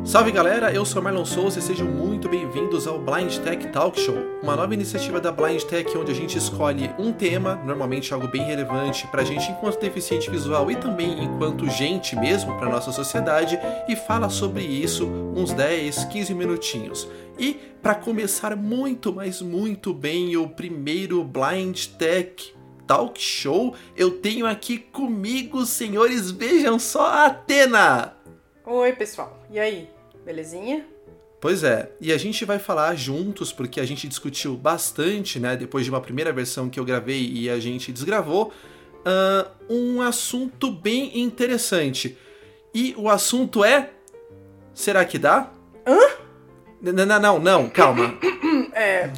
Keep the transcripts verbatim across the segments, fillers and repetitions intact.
Salve galera, eu sou Marlon Souza e sejam muito bem-vindos ao Blind Tech Talk Show, uma nova iniciativa da Blind Tech onde a gente escolhe um tema, normalmente algo bem relevante pra gente enquanto deficiente visual e também enquanto gente mesmo pra nossa sociedade, e fala sobre isso uns dez, quinze minutinhos. E para começar muito, mas muito bem o primeiro Blind Tech Talk Show, eu tenho aqui comigo, senhores, vejam só a Atena! Oi pessoal, e aí? Belezinha? Pois é, e a gente vai falar juntos, porque a gente discutiu bastante, né, depois de uma primeira versão que eu gravei e a gente desgravou, uh, um assunto bem interessante. E o assunto é... Será que dá? Hã? Não, não, não, não, calma. É...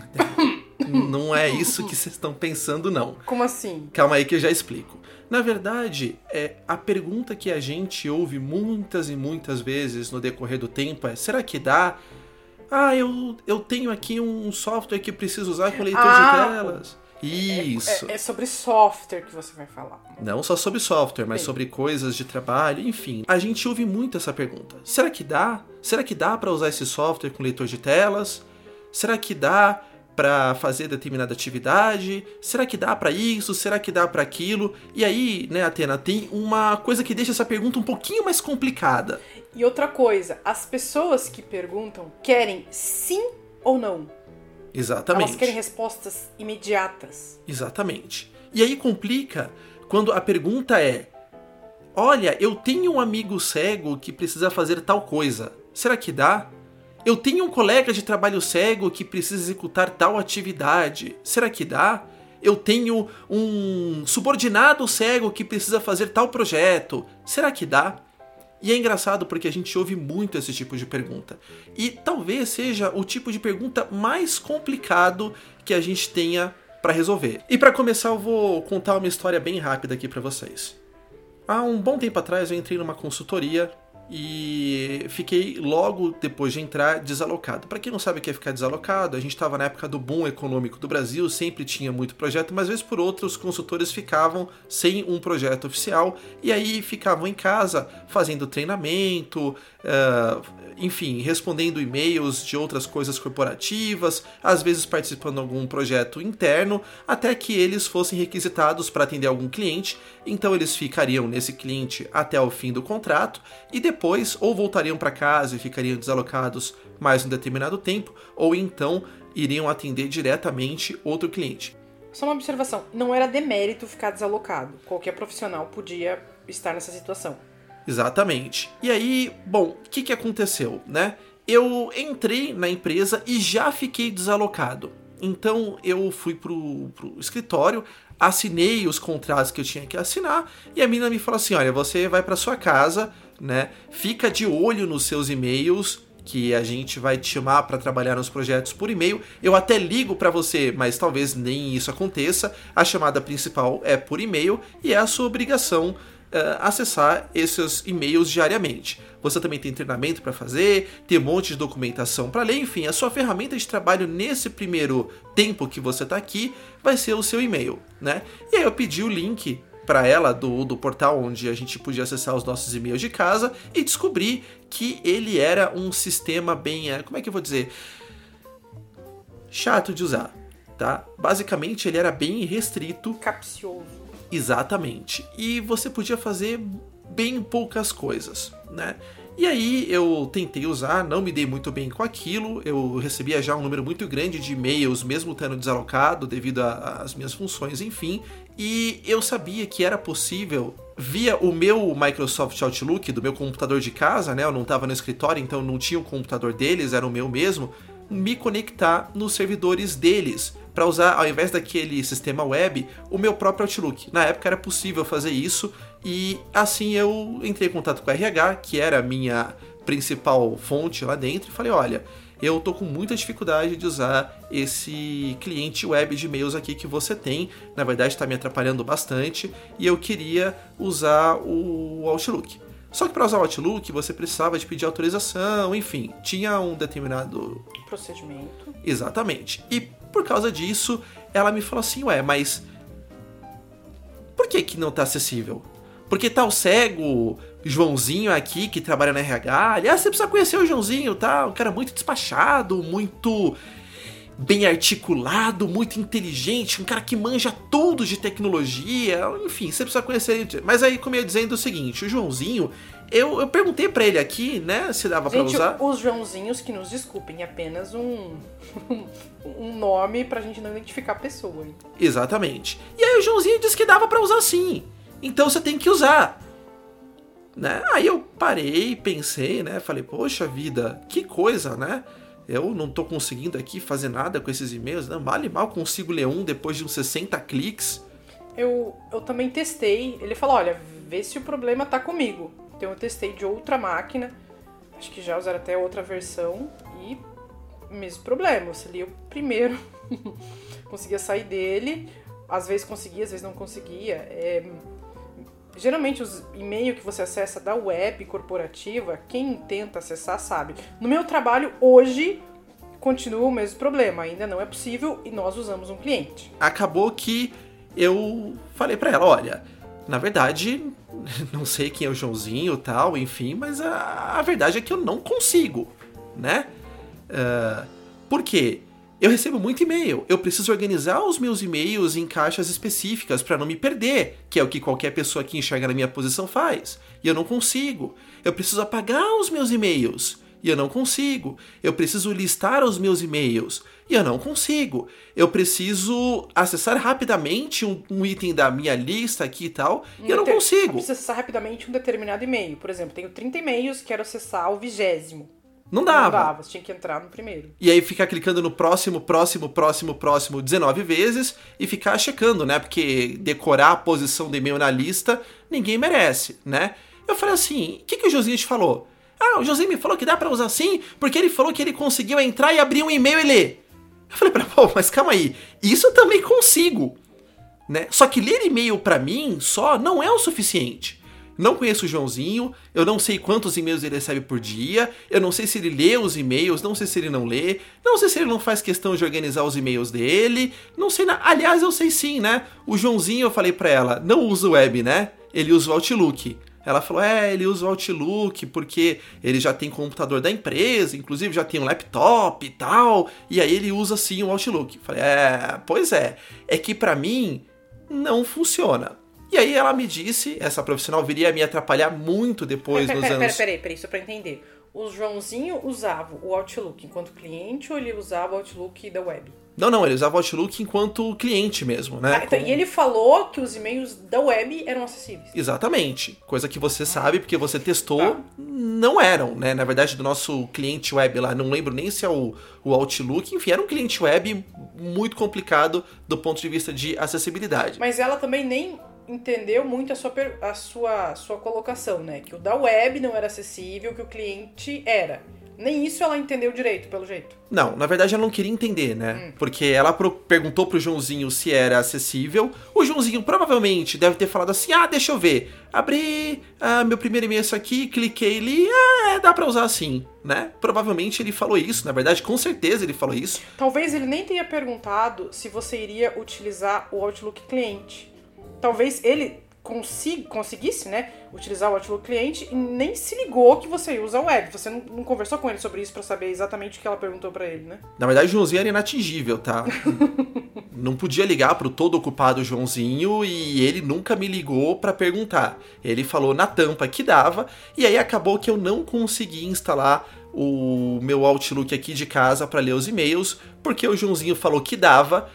Não é isso que vocês estão pensando, não. Como assim? Calma aí que eu já explico. Na verdade, é, a pergunta que a gente ouve muitas e muitas vezes no decorrer do tempo é: será que dá? Ah, eu, eu tenho aqui um software que preciso usar com leitor ah, de telas. Isso. É, é, é sobre software que você vai falar. Não só sobre software, mas Sim. sobre coisas de trabalho, enfim. A gente ouve muito essa pergunta. Será que dá? Será que dá para usar esse software com leitor de telas? Será que dá para fazer determinada atividade? Será que dá para isso? Será que dá para aquilo? E aí, né, Atena, tem uma coisa que deixa essa pergunta um pouquinho mais complicada. E outra coisa, as pessoas que perguntam querem sim ou não. Exatamente. Elas querem respostas imediatas. Exatamente. E aí complica quando a pergunta é: olha, eu tenho um amigo cego que precisa fazer tal coisa. Será que dá? Eu tenho um colega de trabalho cego que precisa executar tal atividade. Será que dá? Eu tenho um subordinado cego que precisa fazer tal projeto. Será que dá? E é engraçado porque a gente ouve muito esse tipo de pergunta. E talvez seja o tipo de pergunta mais complicado que a gente tenha para resolver. E para começar eu vou contar uma história bem rápida aqui para vocês. Há um bom tempo atrás eu entrei numa consultoria e fiquei logo depois de entrar desalocado. Para quem não sabe o que é ficar desalocado, a gente estava na época do boom econômico do Brasil, sempre tinha muito projeto, mas vez por outra os consultores ficavam sem um projeto oficial e aí ficavam em casa fazendo treinamento, uh, enfim, respondendo e-mails de outras coisas corporativas, às vezes participando de algum projeto interno, até que eles fossem requisitados para atender algum cliente, então eles ficariam nesse cliente até o fim do contrato e depois Depois, ou voltariam para casa e ficariam desalocados mais um determinado tempo, ou então iriam atender diretamente outro cliente. Só uma observação, não era demérito ficar desalocado. Qualquer profissional podia estar nessa situação. Exatamente. E aí, bom, o que, que aconteceu, né? Eu entrei na empresa e já fiquei desalocado. Então eu fui pro, pro escritório, assinei os contratos que eu tinha que assinar, e a menina me falou assim: olha, você vai para sua casa, né? Fica de olho nos seus e-mails, que a gente vai te chamar para trabalhar nos projetos por e-mail. Eu até ligo para você, mas talvez nem isso aconteça. A chamada principal é por e-mail e é a sua obrigação uh, acessar esses e-mails diariamente. Você também tem treinamento para fazer, tem um monte de documentação para ler, enfim, a sua ferramenta de trabalho nesse primeiro tempo que você está aqui vai ser o seu e-mail, né? E aí eu pedi o link para ela do, do portal onde a gente podia acessar os nossos e-mails de casa e descobri que ele era um sistema bem, como é que eu vou dizer, chato de usar, tá? Basicamente ele era bem restrito. Capcioso. Exatamente. E você podia fazer bem poucas coisas, né? E aí eu tentei usar, não me dei muito bem com aquilo, eu recebia já um número muito grande de e-mails, mesmo estando desalocado devido às minhas funções, enfim, e eu sabia que era possível, via o meu Microsoft Outlook, do meu computador de casa, né, eu não estava no escritório, então não tinha o computador deles, era o meu mesmo, me conectar nos servidores deles, para usar, ao invés daquele sistema web, o meu próprio Outlook. Na época era possível fazer isso, e assim eu entrei em contato com a R H, que era a minha principal fonte lá dentro, e falei: olha, eu tô com muita dificuldade de usar esse cliente web de e-mails aqui que você tem, na verdade está me atrapalhando bastante, e eu queria usar o Outlook. Só que para usar o Outlook você precisava de pedir autorização, enfim, tinha um determinado procedimento. Exatamente. E por causa disso, ela me falou assim: ué, mas por que que não tá acessível? porque tá o cego Joãozinho aqui, que trabalha na R H, aliás, você precisa conhecer o Joãozinho, tá? Um cara muito despachado, muito bem articulado, muito inteligente, um cara que manja tudo de tecnologia, enfim, você precisa conhecer ele. Mas aí, como eu ia dizendo o seguinte, o Joãozinho, eu, eu perguntei pra ele aqui, né, se dava gente, pra usar. Os Joãozinhos, que nos desculpem, é apenas um, um nome pra gente não identificar a pessoa. Hein? Exatamente. E aí o Joãozinho disse que dava pra usar sim, então você tem que usar. Né? Aí eu parei, pensei, né, falei, poxa vida, que coisa, né? Eu não tô conseguindo aqui fazer nada com esses e-mails, né? Mal e mal consigo ler um depois de uns sessenta cliques. Eu, eu também testei. Ele falou, olha, vê se o problema tá comigo. Então eu testei de outra máquina. Acho que já usaram até outra versão. E mesmo problema. Você lia o primeiro. Conseguia sair dele. Às vezes conseguia, às vezes não conseguia. É... Geralmente os e-mails que você acessa da web corporativa, quem tenta acessar sabe. No meu trabalho, hoje, continua o mesmo problema. Ainda não é possível e nós usamos um cliente. Acabou que eu falei pra ela, olha, na verdade, não sei quem é o Joãozinho e tal, enfim, mas a, a verdade é que eu não consigo, né? Uh, por quê? Eu recebo muito e-mail, eu preciso organizar os meus e-mails em caixas específicas para não me perder, que é o que qualquer pessoa que enxerga na minha posição faz, e eu não consigo. Eu preciso apagar os meus e-mails, e eu não consigo. Eu preciso listar os meus e-mails, e eu não consigo. Eu preciso acessar rapidamente um, um item da minha lista aqui e tal, um e eu não ter, consigo. Eu preciso acessar rapidamente um determinado e-mail. Por exemplo, tenho trinta e-mails, quero acessar o vigésimo. Não dava. Não dava, você tinha que entrar no primeiro. E aí ficar clicando no próximo, próximo, próximo, próximo dezenove vezes e ficar checando, né? Porque decorar a posição do e-mail na lista, ninguém merece, né? Eu falei assim, o que, que o Josinho te falou? Ah, o Josinho me falou que dá pra usar assim, porque ele falou que ele conseguiu entrar e abrir um e-mail e ler. Eu falei pra pô, mas calma aí, isso eu também consigo, né? Só que ler e-mail pra mim só não é o suficiente. Não conheço o Joãozinho, eu não sei quantos e-mails ele recebe por dia, eu não sei se ele lê os e-mails, não sei se ele não lê, não sei se ele não faz questão de organizar os e-mails dele, não sei nada. Aliás, eu sei sim, né? O Joãozinho, eu falei pra ela, não usa o web, né? Ele usa o Outlook. Ela falou, é, ele usa o Outlook porque ele já tem computador da empresa, inclusive já tem um laptop e tal, e aí ele usa sim o Outlook. Eu falei, é, pois é, é que pra mim não funciona. E aí ela me disse, essa profissional viria a me atrapalhar muito depois pera, nos pera, anos... Peraí, peraí, peraí, só pra entender. O Joãozinho usava o Outlook enquanto cliente ou ele usava o Outlook da web? Não, não, ele usava o Outlook enquanto cliente mesmo, né? Ah, então, Com... E ele falou que os e-mails da web eram acessíveis. Exatamente. Coisa que você sabe, porque você testou, tá. Não eram, né? Na verdade, do nosso cliente web lá, não lembro nem se é o, o Outlook, enfim, era um cliente web muito complicado do ponto de vista de acessibilidade. Mas ela também nem entendeu muito a sua, a sua, sua colocação, né? Que o da web não era acessível, que o cliente era. Nem isso ela entendeu direito, pelo jeito. Não, na verdade ela não queria entender, né? Hum. Porque ela pro- perguntou pro Joãozinho se era acessível. O Joãozinho provavelmente deve ter falado assim, ah, deixa eu ver. Abri ah, meu primeiro e-mail isso aqui, cliquei ali, ah, é, dá pra usar assim, né? Provavelmente ele falou isso, na verdade, com certeza ele falou isso. Talvez ele nem tenha perguntado se você iria utilizar o Outlook cliente. Talvez ele consiga, conseguisse, né, utilizar o Outlook cliente e nem se ligou que você usa a web. Você não, não conversou com ele sobre isso pra saber exatamente o que ela perguntou pra ele, né? Na verdade, o Joãozinho era inatingível, tá? Não podia ligar pro todo ocupado Joãozinho e ele nunca me ligou pra perguntar. Ele falou na tampa que dava e aí acabou que eu não consegui instalar o meu Outlook aqui de casa pra ler os e-mails porque o Joãozinho falou que dava.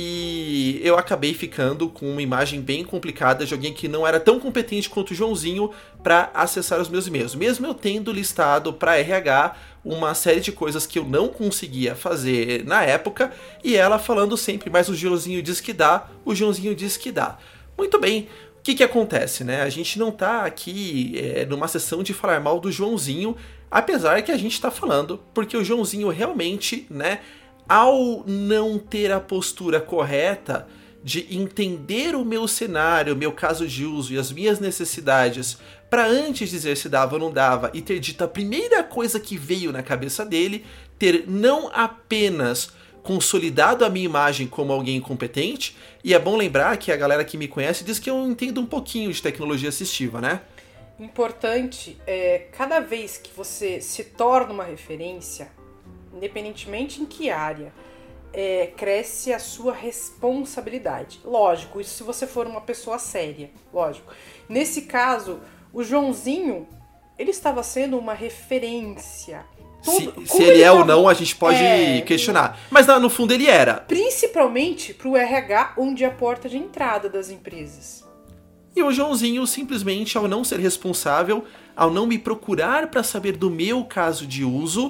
E eu acabei ficando com uma imagem bem complicada de alguém que não era tão competente quanto o Joãozinho para acessar os meus e-mails. Mesmo eu tendo listado para R H uma série de coisas que eu não conseguia fazer na época, e ela falando sempre, mas o Joãozinho diz que dá, o Joãozinho diz que dá. Muito bem, o que que acontece, né? A gente não tá aqui é, numa sessão de falar mal do Joãozinho, apesar que a gente tá falando, porque o Joãozinho realmente, né, ao não ter a postura correta de entender o meu cenário, o meu caso de uso e as minhas necessidades, para antes dizer se dava ou não dava e ter dito a primeira coisa que veio na cabeça dele, ter não apenas consolidado a minha imagem como alguém incompetente. E é bom lembrar que a galera que me conhece diz que eu entendo um pouquinho de tecnologia assistiva, né? Importante é, cada vez que você se torna uma referência, independentemente em que área, é, cresce a sua responsabilidade. Lógico, isso se você for uma pessoa séria, lógico. Nesse caso, o Joãozinho, ele estava sendo uma referência. Tudo, se se ele, ele é tava, ou não, a gente pode é, questionar. Mas no fundo ele era. Principalmente para o R H, onde é a porta de entrada das empresas. E o Joãozinho, simplesmente, ao não ser responsável, ao não me procurar para saber do meu caso de uso,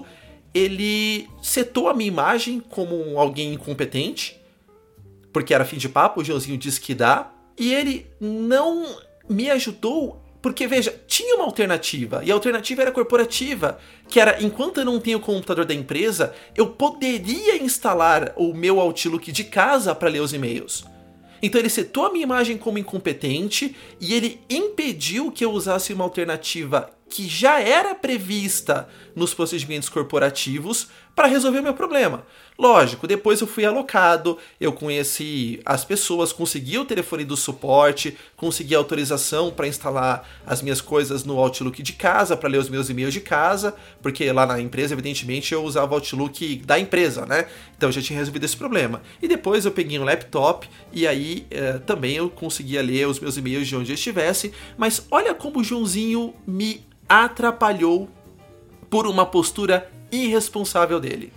ele setou a minha imagem como alguém incompetente, porque era fim de papo, o Joãozinho disse que dá, e ele não me ajudou, porque, veja, tinha uma alternativa, e a alternativa era corporativa, que era, enquanto eu não tenho o computador da empresa, eu poderia instalar o meu Outlook de casa para ler os e-mails. Então ele setou a minha imagem como incompetente e ele impediu que eu usasse uma alternativa que já era prevista nos procedimentos corporativos para resolver o meu problema. Lógico, depois eu fui alocado, eu conheci as pessoas, consegui o telefone do suporte, consegui a autorização para instalar as minhas coisas no Outlook de casa, para ler os meus e-mails de casa, porque lá na empresa, evidentemente, eu usava o Outlook da empresa, né? Então eu já tinha resolvido esse problema. E depois eu peguei um laptop e aí eh, também eu conseguia ler os meus e-mails de onde eu estivesse, mas olha como o Joãozinho me atrapalhou por uma postura irresponsável dele.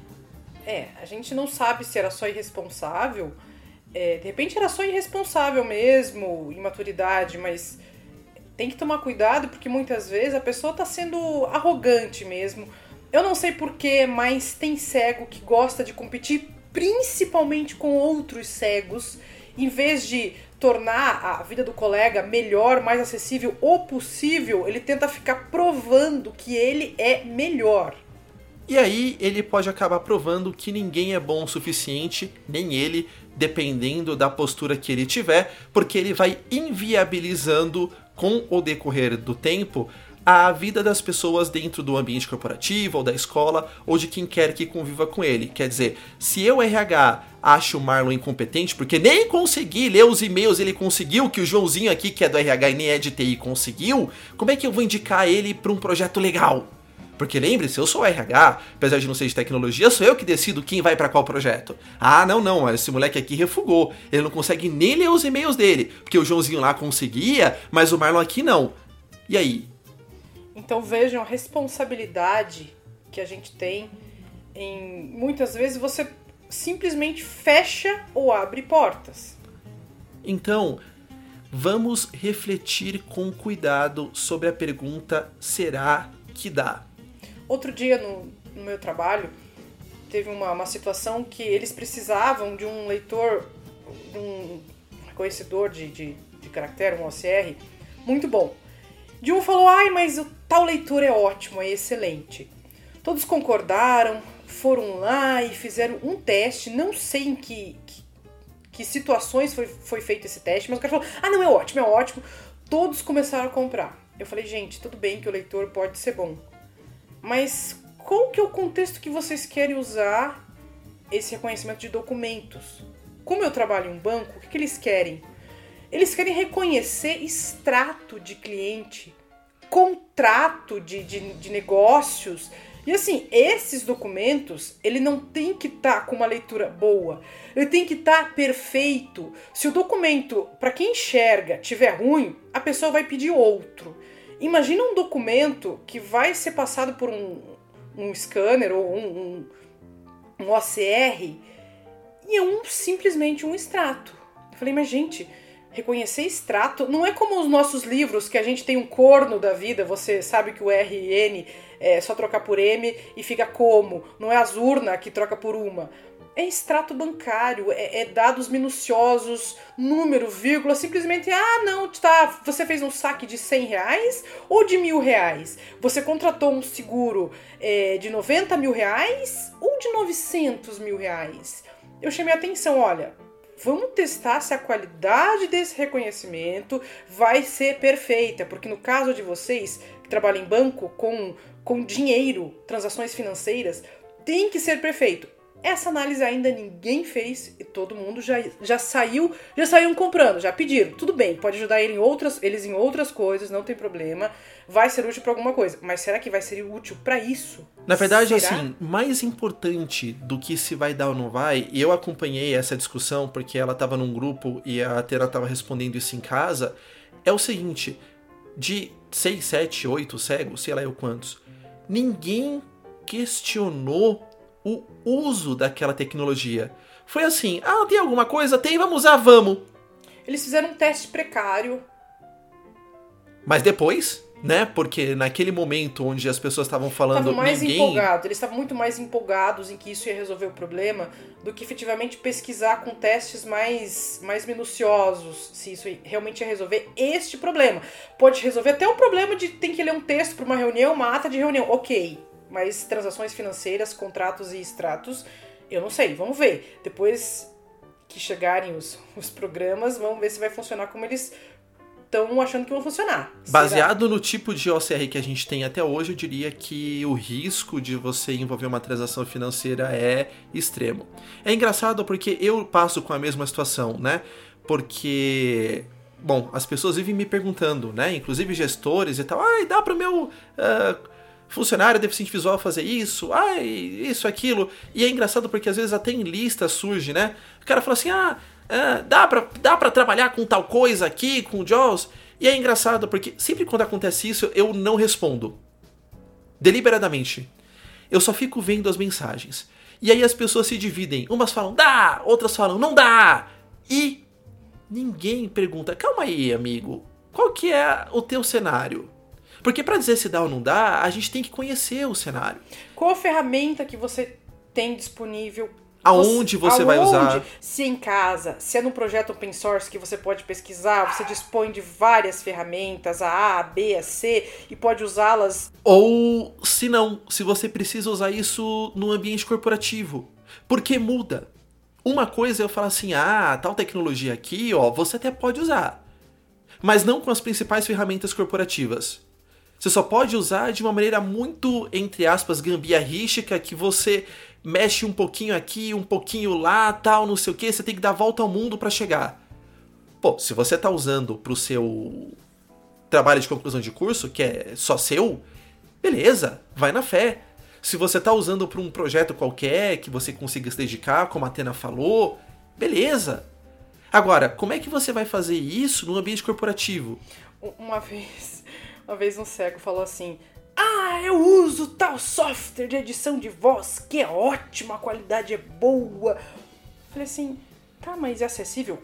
É, a gente não sabe se era só irresponsável, é, de repente era só irresponsável mesmo, imaturidade, mas tem que tomar cuidado porque muitas vezes a pessoa tá sendo arrogante mesmo. Eu não sei porquê, mas tem cego que gosta de competir principalmente com outros cegos, em vez de tornar a vida do colega melhor, mais acessível ou possível, ele tenta ficar provando que ele é melhor. E aí ele pode acabar provando que ninguém é bom o suficiente, nem ele, dependendo da postura que ele tiver, porque ele vai inviabilizando, com o decorrer do tempo, a vida das pessoas dentro do ambiente corporativo, ou da escola, ou de quem quer que conviva com ele. Quer dizer, se eu, R H, acho o Marlon incompetente, porque nem consegui ler os e-mails, ele conseguiu, que o Joãozinho aqui, que é do R H e nem é de T I, conseguiu, como é que eu vou indicar ele para um projeto legal? Porque lembre-se, eu sou o R H, apesar de não ser de tecnologia, sou eu que decido quem vai para qual projeto. Ah, não, não, esse moleque aqui refugou. Ele não consegue nem ler os e-mails dele, porque o Joãozinho lá conseguia, mas o Marlon aqui não. E aí? Então vejam a responsabilidade que a gente tem em... Muitas vezes você simplesmente fecha ou abre portas. Então, vamos refletir com cuidado sobre a pergunta: será que dá? Outro dia no, no meu trabalho, teve uma, uma situação que eles precisavam de um leitor, de um reconhecedor de, de, de caractere, um O C R, muito bom. De um falou, ai, mas o tal leitor é ótimo, é excelente. Todos concordaram, foram lá e fizeram um teste, não sei em que, que, que situações foi, foi feito esse teste, mas o cara falou, ah, não, é ótimo, é ótimo. Todos começaram a comprar. Eu falei, gente, tudo bem que o leitor pode ser bom, mas qual que é o contexto que vocês querem usar esse reconhecimento de documentos? Como eu trabalho em um banco, o que, que eles querem? Eles querem reconhecer extrato de cliente, contrato de, de, de negócios. E assim, esses documentos, ele não tem que estar tá com uma leitura boa. Ele tem que estar tá perfeito. Se o documento, para quem enxerga, tiver ruim, a pessoa vai pedir outro. Imagina um documento que vai ser passado por um, um scanner ou um, um, um O C R e é um, simplesmente um extrato. Eu falei, mas gente... Reconhecer extrato não é como os nossos livros, que a gente tem um corno da vida, você sabe que o R e N é só trocar por M e fica como, não é as urna que troca por uma. É extrato bancário, é, é dados minuciosos, número, vírgula, simplesmente, ah não, tá, você fez um saque de cem reais ou de mil reais? Você contratou um seguro é, de noventa mil reais ou de novecentos mil reais? Eu chamei a atenção, olha... Vamos testar se a qualidade desse reconhecimento vai ser perfeita, porque no caso de vocês que trabalham em banco com, com dinheiro, transações financeiras, tem que ser perfeito. Essa análise ainda ninguém fez e todo mundo já, já saiu, já saíram comprando, já pediram. Tudo bem, pode ajudar ele em outras, eles em outras coisas, não tem problema. Vai ser útil para alguma coisa. Mas será que vai ser útil para isso? Na verdade, será? assim, mais importante do que se vai dar ou não vai, e eu acompanhei essa discussão porque ela estava num grupo e a Atena estava respondendo isso em casa, é o seguinte, de seis, sete, oito cegos, sei lá eu quantos, ninguém questionou o uso daquela tecnologia. Foi assim, ah, tem alguma coisa? Tem, vamos usar, vamos. Eles fizeram um teste precário. Mas depois, né, porque naquele momento onde as pessoas estavam falando... Estavam mais ninguém... empolgados, eles estavam muito mais empolgados em que isso ia resolver o problema do que efetivamente pesquisar com testes mais, mais minuciosos se isso realmente ia resolver este problema. Pode resolver até o problema de ter que ler um texto para uma reunião, uma ata de reunião, ok. Mas transações financeiras, contratos e extratos, eu não sei, vamos ver. Depois que chegarem os, os programas, vamos ver se vai funcionar como eles estão achando que vão funcionar. Baseado Será? no tipo de O C R que a gente tem até hoje, eu diria que o risco de você envolver uma transação financeira é extremo. É engraçado porque eu passo com a mesma situação, né? Porque... Bom, as pessoas vivem me perguntando, né? Inclusive gestores e tal. Ai, dá para o meu... Uh, funcionário deficiente visual fazer isso, ai, isso, aquilo. E é engraçado porque às vezes até em lista surge, né? O cara fala assim, ah, é, dá, pra, dá pra trabalhar com tal coisa aqui, com o JAWS. E é engraçado porque sempre quando acontece isso, eu não respondo. Deliberadamente. Eu só fico vendo as mensagens. E aí as pessoas se dividem. Umas falam, dá, outras falam, não dá. E ninguém pergunta, calma aí, amigo, qual que é o teu cenário? Porque para dizer se dá ou não dá, a gente tem que conhecer o cenário. Qual a ferramenta que você tem disponível? Aonde você, você vai usar? Se em casa, se é num projeto open source que você pode pesquisar, você dispõe de várias ferramentas, a A, a B, a C, e pode usá-las. Ou, se não, se você precisa usar isso no ambiente corporativo. Porque muda. Uma coisa é eu falar assim, ah, tal tecnologia aqui, ó, você até pode usar. Mas não com as principais ferramentas corporativas. Você só pode usar de uma maneira muito, entre aspas, gambiarrística, que você mexe um pouquinho aqui, um pouquinho lá, tal, não sei o que, você tem que dar a volta ao mundo para chegar. Pô, se você tá usando pro seu trabalho de conclusão de curso, que é só seu, beleza, vai na fé. Se você tá usando para um projeto qualquer, que você consiga se dedicar, como a Atena falou, beleza. Agora, como é que você vai fazer isso no ambiente corporativo? Uma vez... Uma vez um cego falou assim, ah, eu uso tal software de edição de voz, que é ótimo, a qualidade é boa. Falei assim, tá, mas é acessível?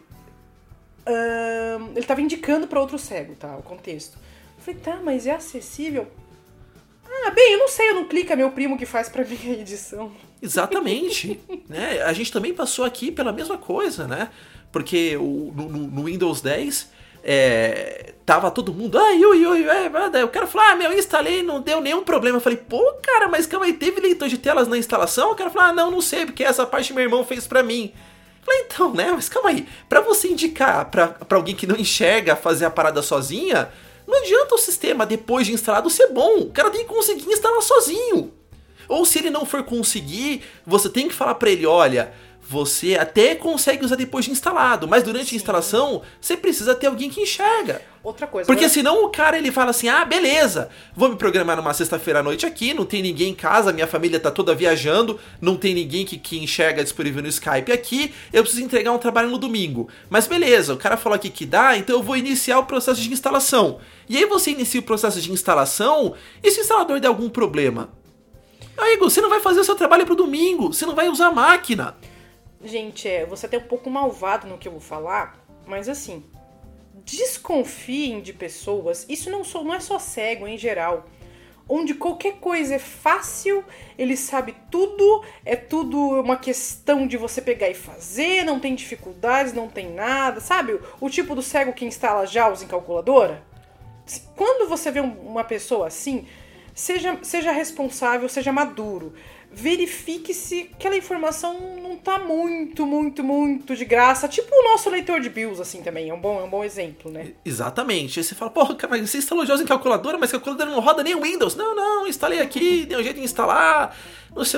Um, ele tava indicando para outro cego, tá, o contexto. Falei, tá, mas é acessível? Ah, bem, eu não sei, eu não clico, é meu primo que faz pra mim a edição. Exatamente. Né? A gente também passou aqui pela mesma coisa, né? Porque o, no, no Windows dez... É, tava todo mundo, ai, ui, ui, ui, o cara falou, ah, meu, instalei, não deu nenhum problema. Eu falei, pô, cara, mas calma aí, teve leitor de telas na instalação? O cara falou, ah, não, não sei, porque essa parte meu irmão fez pra mim. Eu falei, então, né, mas calma aí, pra você indicar pra, pra alguém que não enxerga fazer a parada sozinha, não adianta o sistema, depois de instalado, ser bom, o cara tem que conseguir instalar sozinho. Ou se ele não for conseguir, você tem que falar pra ele, olha... Você até consegue usar depois de instalado, mas durante Sim. a instalação, você precisa ter alguém que enxerga. Outra coisa. Porque agora... senão o cara ele fala assim, ah, beleza, vou me programar numa sexta-feira à noite aqui, não tem ninguém em casa, minha família tá toda viajando, não tem ninguém que, que enxerga disponível no Skype aqui, eu preciso entregar um trabalho no domingo. Mas beleza, o cara falou aqui que dá, então eu vou iniciar o processo de instalação. E aí você inicia o processo de instalação, e se o instalador der algum problema? Amigo, você não vai fazer o seu trabalho pro domingo, você não vai usar a máquina. Gente, é, você é até um pouco malvado no que eu vou falar, mas assim, desconfiem de pessoas, isso não, sou, não é só cego em geral, onde qualquer coisa é fácil, ele sabe tudo, é tudo uma questão de você pegar e fazer, não tem dificuldades, não tem nada, sabe? O tipo do cego que instala JAWS em calculadora. Quando você vê uma pessoa assim, seja, seja responsável, seja maduro. Verifique se aquela informação não tá muito, muito, muito de graça. Tipo o nosso leitor de BIOS, assim, também. É um bom, é um bom exemplo, né? Exatamente. Aí você fala, porra, mas você instalou JAWS em calculadora, mas a calculadora não roda nem o Windows. Não, não, instalei aqui, deu um jeito de instalar. Não sei.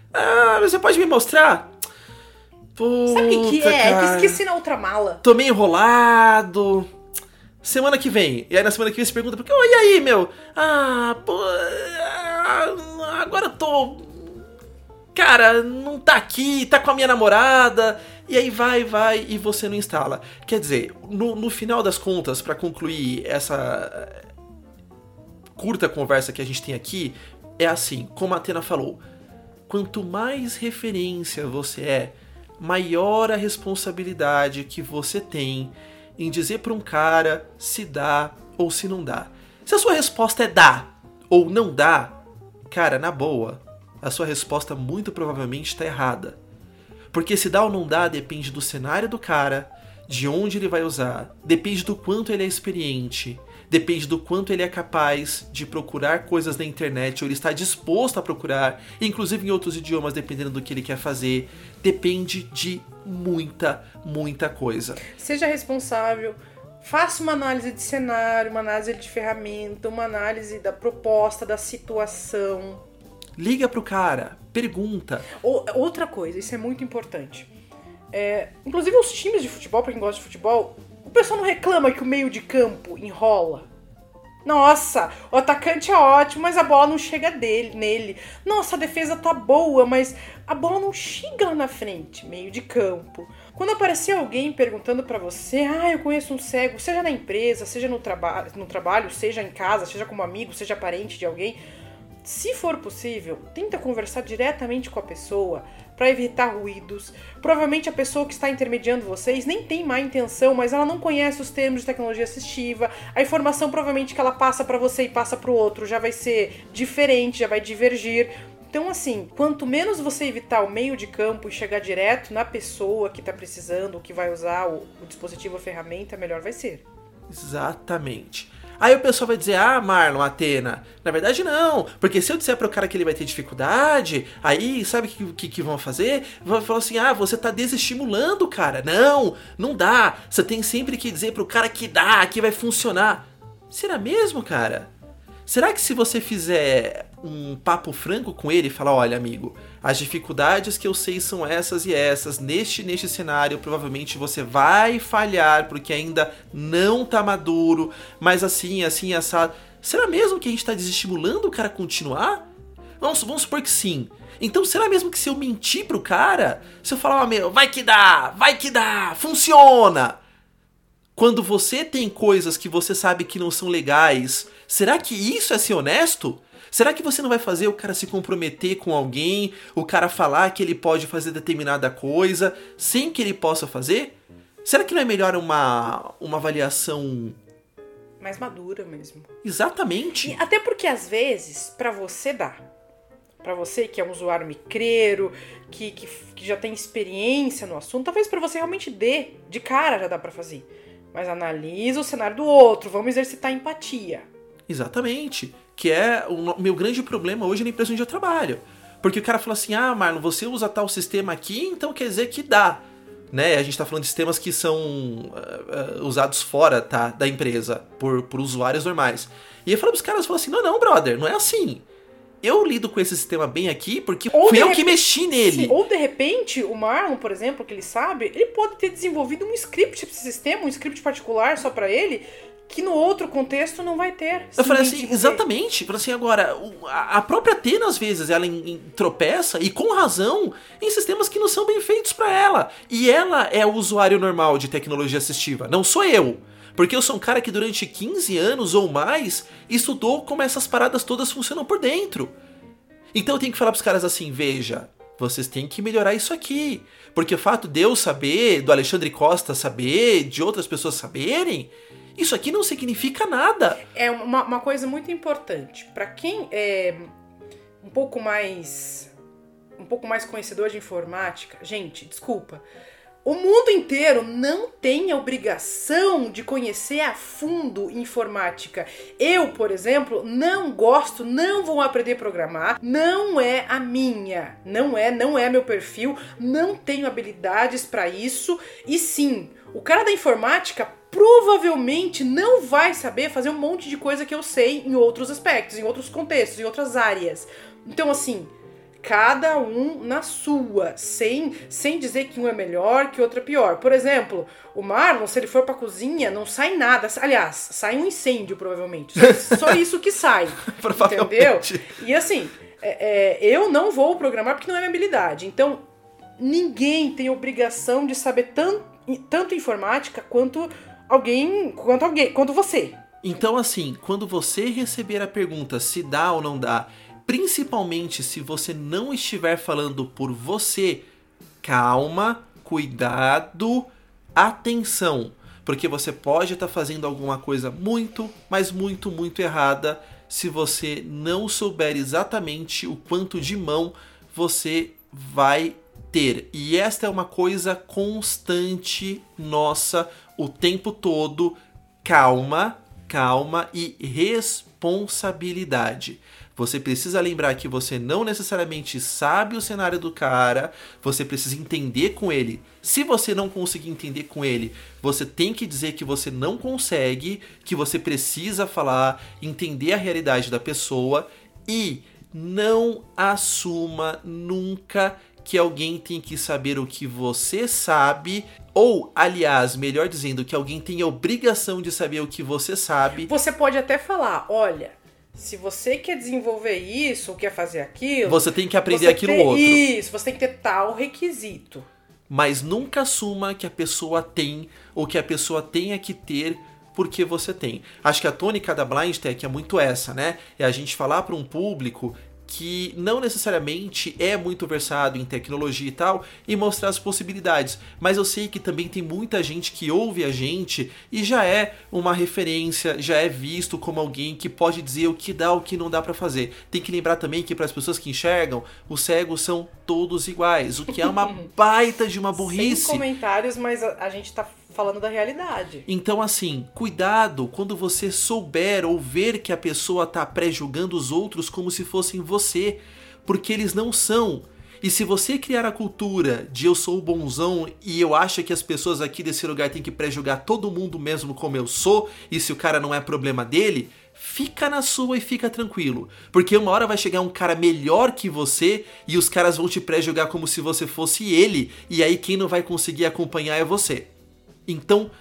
Ah, você pode me mostrar? Puta, Sabe o que, que é? É cara. que esqueci na outra mala. Tô meio enrolado. Semana que vem. E aí na semana que vem você pergunta, porque, oh, e aí, meu? Ah, pô. Agora eu tô. Cara, não tá aqui, tá com a minha namorada. E aí vai, vai e você não instala. Quer dizer, no, no final das contas, pra concluir essa curta conversa que a gente tem aqui, é assim, como a Athena falou. Quanto mais referência você é, maior a responsabilidade que você tem em dizer para um cara se dá ou se não dá. Se a sua resposta é dá ou não dá, cara, na boa, a sua resposta muito provavelmente está errada. Porque se dá ou não dá depende do cenário do cara, de onde ele vai usar, depende do quanto ele é experiente, depende do quanto ele é capaz de procurar coisas na internet, ou ele está disposto a procurar, inclusive em outros idiomas, dependendo do que ele quer fazer. Depende de muita, muita coisa. Seja responsável, faça uma análise de cenário, uma análise de ferramenta, uma análise da proposta, da situação. Liga pro cara, pergunta. Ou, outra coisa, isso é muito importante. É, inclusive os times de futebol, pra quem gosta de futebol, o pessoal não reclama que o meio de campo enrola. Nossa, o atacante é ótimo, mas a bola não chega dele, nele. Nossa, a defesa tá boa, mas a bola não chega lá na frente, meio de campo. Quando aparecer alguém perguntando pra você, ah, eu conheço um cego, seja na empresa, seja no, traba- no trabalho, seja em casa, seja como amigo, seja parente de alguém, se for possível, tenta conversar diretamente com a pessoa para evitar ruídos. Provavelmente a pessoa que está intermediando vocês nem tem má intenção, mas ela não conhece os termos de tecnologia assistiva. A informação provavelmente que ela passa para você e passa para o outro já vai ser diferente, já vai divergir. Então, assim, quanto menos você evitar o meio de campo e chegar direto na pessoa que está precisando, ou que vai usar o, o dispositivo, a ferramenta, melhor vai ser. Exatamente. Aí o pessoal vai dizer, ah, Marlon, Athena, na verdade não, porque se eu disser pro cara que ele vai ter dificuldade, aí sabe o que, que, que vão fazer? Vão falar assim, ah, você tá desestimulando o cara. Não, não dá, você tem sempre que dizer pro cara que dá, que vai funcionar. Será mesmo, cara? Será que se você fizer um papo franco com ele e falar, olha, amigo, as dificuldades que eu sei são essas e essas, neste neste cenário provavelmente você vai falhar porque ainda não tá maduro, mas assim, assim, assado. Será mesmo que a gente tá desestimulando o cara a continuar? Vamos, vamos supor que sim. Então será mesmo que se eu mentir pro cara, se eu falar, ó, meu, vai que dá, vai que dá, funciona. Quando você tem coisas que você sabe que não são legais, será que isso é ser honesto? Será que você não vai fazer o cara se comprometer com alguém, o cara falar que ele pode fazer determinada coisa sem que ele possa fazer? Será que não é melhor uma, uma avaliação mais madura mesmo? Exatamente. E até porque às vezes, pra você dá. Pra você que é um usuário micreiro, que, que, que já tem experiência no assunto, talvez pra você realmente dê, de cara já dá pra fazer. Mas analisa o cenário do outro, vamos exercitar empatia. Exatamente. Que é o meu grande problema hoje na empresa onde eu trabalho. Porque o cara fala assim, ah, Marlon, você usa tal sistema aqui, então quer dizer que dá. Né? A gente tá falando de sistemas que são uh, uh, usados fora, tá, da empresa, por, por usuários normais. E eu falo pros caras, eu falo assim, não, não, brother, não é assim. Eu lido com esse sistema bem aqui porque ou fui eu repente, que mexi nele. Sim, ou de repente, o Marlon, por exemplo, que ele sabe, ele pode ter desenvolvido um script para esse sistema, um script particular só para ele, que no outro contexto não vai ter. Eu falei assim, exatamente. Falei assim, agora, a própria Athena, às vezes, ela em, em, tropeça, e com razão, em sistemas que não são bem feitos para ela. E ela é o usuário normal de tecnologia assistiva, não sou eu. Porque eu sou um cara que durante quinze anos ou mais estudou como essas paradas todas funcionam por dentro. Então eu tenho que falar pros caras assim, veja, vocês têm que melhorar isso aqui. Porque o fato de eu saber, do Alexandre Costa saber, de outras pessoas saberem, isso aqui não significa nada. É uma, uma coisa muito importante. Para quem é um pouco mais, um pouco mais conhecedor de informática, gente, desculpa, o mundo inteiro não tem a obrigação de conhecer a fundo informática. Eu, por exemplo, não gosto, não vou aprender a programar, não é a minha, não é, não é meu perfil, não tenho habilidades para isso. E sim, o cara da informática provavelmente não vai saber fazer um monte de coisa que eu sei em outros aspectos, em outros contextos, em outras áreas. Então, assim, Cada um na sua, sem, sem dizer que um é melhor, que outro é pior. Por exemplo, o Marlon, se ele for pra cozinha, não sai nada. Aliás, sai um incêndio, provavelmente. Só, só isso que sai. Entendeu? E assim, é, é, eu não vou programar porque não é minha habilidade. Então, ninguém tem obrigação de saber tanto, tanto informática quanto alguém, quanto alguém, quanto você. Então, assim, quando você receber a pergunta se dá ou não dá, principalmente se você não estiver falando por você, calma, cuidado, atenção. Porque você pode estar fazendo alguma coisa muito, mas muito, muito errada se você não souber exatamente o quanto de mão você vai ter. E esta é uma coisa constante nossa o tempo todo. Calma, calma e responsabilidade. Você precisa lembrar que você não necessariamente sabe o cenário do cara, você precisa entender com ele. Se você não conseguir entender com ele, você tem que dizer que você não consegue, que você precisa falar, entender a realidade da pessoa e não assuma nunca que alguém tem que saber o que você sabe, ou, aliás, melhor dizendo, que alguém tem a obrigação de saber o que você sabe. Você pode até falar, olha, se você quer desenvolver isso ou quer fazer aquilo... Você tem que aprender aquilo tem, outro. Isso, você tem que ter tal requisito. Mas nunca assuma que a pessoa tem, ou que a pessoa tenha que ter porque você tem. Acho que a tônica da Blind Tech é muito essa, né? É a gente falar para um público que não necessariamente é muito versado em tecnologia e tal, e mostrar as possibilidades. Mas eu sei que também tem muita gente que ouve a gente e já é uma referência, já é visto como alguém que pode dizer o que dá, o que não dá pra fazer. Tem que lembrar também que para as pessoas que enxergam, os cegos são todos iguais, o que é uma baita de uma burrice. Sem comentários, mas a, a gente tá falando da realidade. Então, assim, cuidado quando você souber ou ver que a pessoa tá pré-julgando os outros como se fossem você, porque eles não são. E se você criar a cultura de eu sou o bonzão e eu acho que as pessoas aqui desse lugar têm que pré-julgar todo mundo mesmo como eu sou, e se o cara não é problema dele, fica na sua e fica tranquilo. Porque uma hora vai chegar um cara melhor que você e os caras vão te pré-julgar como se você fosse ele, e aí quem não vai conseguir acompanhar é você. Então,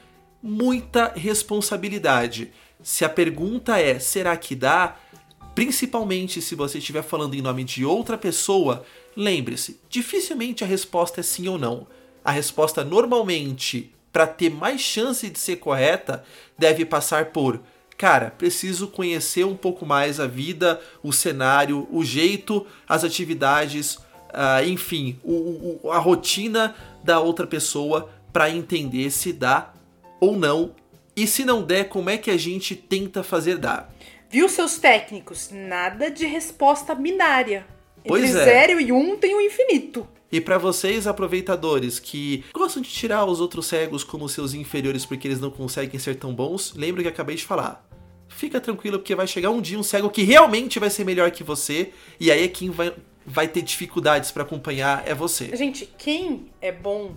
muita responsabilidade. Se a pergunta é, será que dá? Principalmente se você estiver falando em nome de outra pessoa, lembre-se, dificilmente a resposta é sim ou não. A resposta normalmente, para ter mais chance de ser correta, deve passar por, cara, preciso conhecer um pouco mais a vida, o cenário, o jeito, as atividades, uh, enfim, o, o, a rotina da outra pessoa, para entender se dá ou não. E se não der, como é que a gente tenta fazer dar? Viu, seus técnicos? Nada de resposta binária. Pois Entre é. zero e um tem o infinito. E para vocês, aproveitadores, que gostam de tirar os outros cegos como seus inferiores porque eles não conseguem ser tão bons, lembra que eu acabei de falar. Fica tranquilo, porque vai chegar um dia um cego que realmente vai ser melhor que você, e aí é quem vai, vai ter dificuldades para acompanhar é você. Gente, quem é bom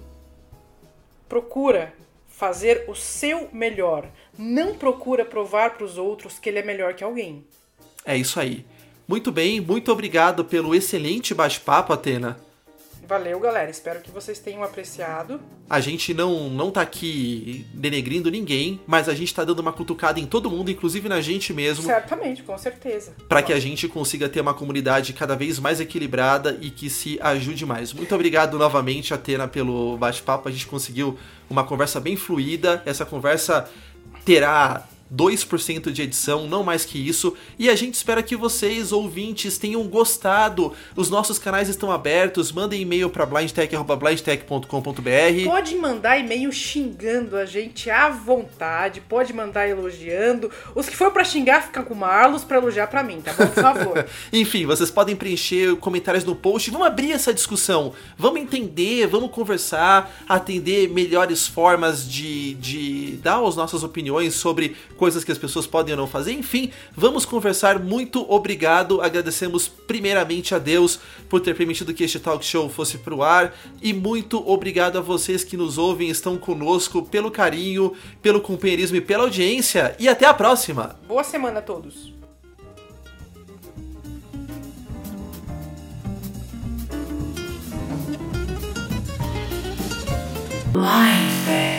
procura fazer o seu melhor. Não procura provar para os outros que ele é melhor que alguém. É isso aí. Muito bem, muito obrigado pelo excelente bate-papo, Atena. Valeu, galera. Espero que vocês tenham apreciado. A gente não, não tá aqui denegrindo ninguém, mas a gente tá dando uma cutucada em todo mundo, inclusive na gente mesmo. Certamente, com certeza. Para que a gente consiga ter uma comunidade cada vez mais equilibrada e que se ajude mais. Muito obrigado novamente, Atena, pelo bate-papo. A gente conseguiu uma conversa bem fluida. Essa conversa terá dois por cento de edição, não mais que isso. E a gente espera que vocês, ouvintes, tenham gostado. Os nossos canais estão abertos. Mandem e-mail para blindtech arroba blindtech ponto com ponto b r. Pode mandar e-mail xingando a gente à vontade. Pode mandar elogiando. Os que for para xingar, fica com o Marlos, para elogiar para mim, tá bom? Por favor. Enfim, vocês podem preencher comentários no post. Vamos abrir essa discussão. Vamos entender, vamos conversar, atender melhores formas de, de dar as nossas opiniões sobre coisas que as pessoas podem ou não fazer. Enfim, vamos conversar. Muito obrigado. Agradecemos primeiramente a Deus por ter permitido que este talk show fosse pro ar. E muito obrigado a vocês que nos ouvem, estão conosco, pelo carinho, pelo companheirismo e pela audiência. E até a próxima! Boa semana a todos! Life.